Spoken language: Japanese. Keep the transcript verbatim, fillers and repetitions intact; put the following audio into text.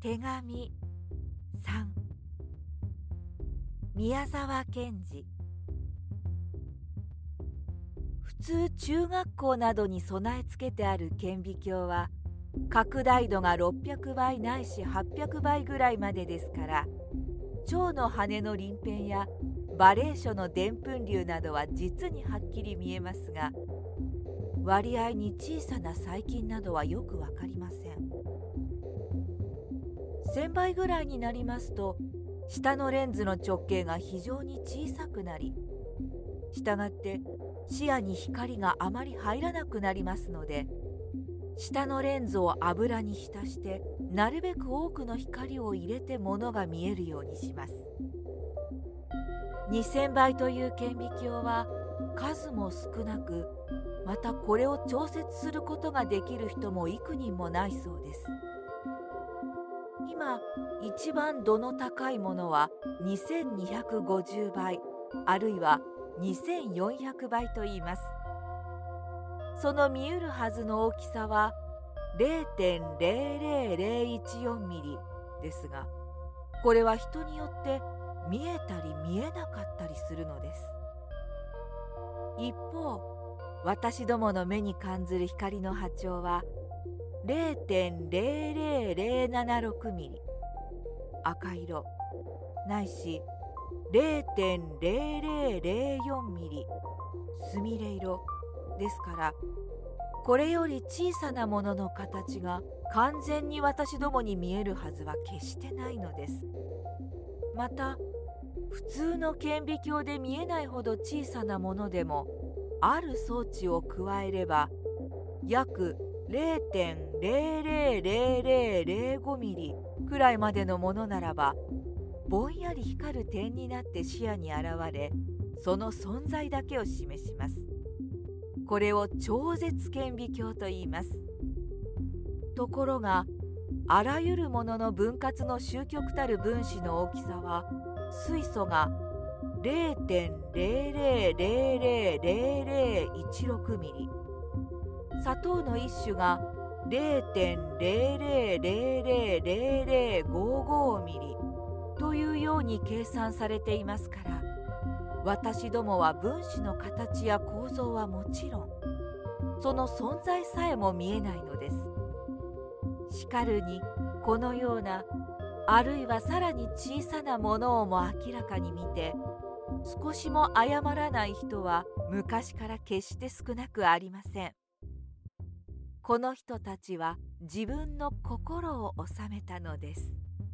手紙さん。宮沢賢治。普通中学校などに備え付けてある顕微鏡は拡大度がろっぴゃくばいないしはっぴゃくばいぐらいまでですから、蝶の羽の鱗片や馬鈴薯のでんぷん粒などは実にはっきり見えますが、割合に小さな細菌などはよくわかりません。せんばいぐらいになりますと、下のレンズの直径が非常に小さくなり、したがって視野に光があまり入らなくなりますので、下のレンズを油に浸してなるべく多くの光を入れてものが見えるようにします。にせんばいという顕微鏡は数も少なく、またこれを調節することができる人も幾人もないそうです。今一番度の高いものはにせんにひゃくごじゅうばい、あるいはにせんよんひゃくばいと言います。その見うるはずの大きさは れいてんれいれいれいいちよんミリですが、これは人によって見えたり見えなかったりするのです。一方、私どもの目に感じる光の波長は れいてんれいれいれいななろくミリ、赤色ないし れいてんれいれいれいよんミリ、すみれ色ですから、これより小さなものの形が完全に私どもに見えるはずは決してないのです。また普通の顕微鏡で見えないほど小さなものでも、ある装置を加えれば約 れいてんれいれいれいれいれいごミリくらいまでのものならば、ぼんやり光る点になって視野に現れ、その存在だけを示します。これを超絶顕微鏡と言います。ところが、あらゆるものの分割の終極たる分子の大きさは、水素が れいてんれいれいれいれいれいれいいちろくミリ、砂糖の一種が れいてんれいれいれいれいれいれいごごミリというように計算されていますから、私どもは分子の形や構造はもちろん、その存在さえも見えないのです。しかるに、このような、あるいはさらに小さなものをも明らかに見て、少しも誤らない人は昔から決して少なくありません。この人たちは自分の心を収めたのです。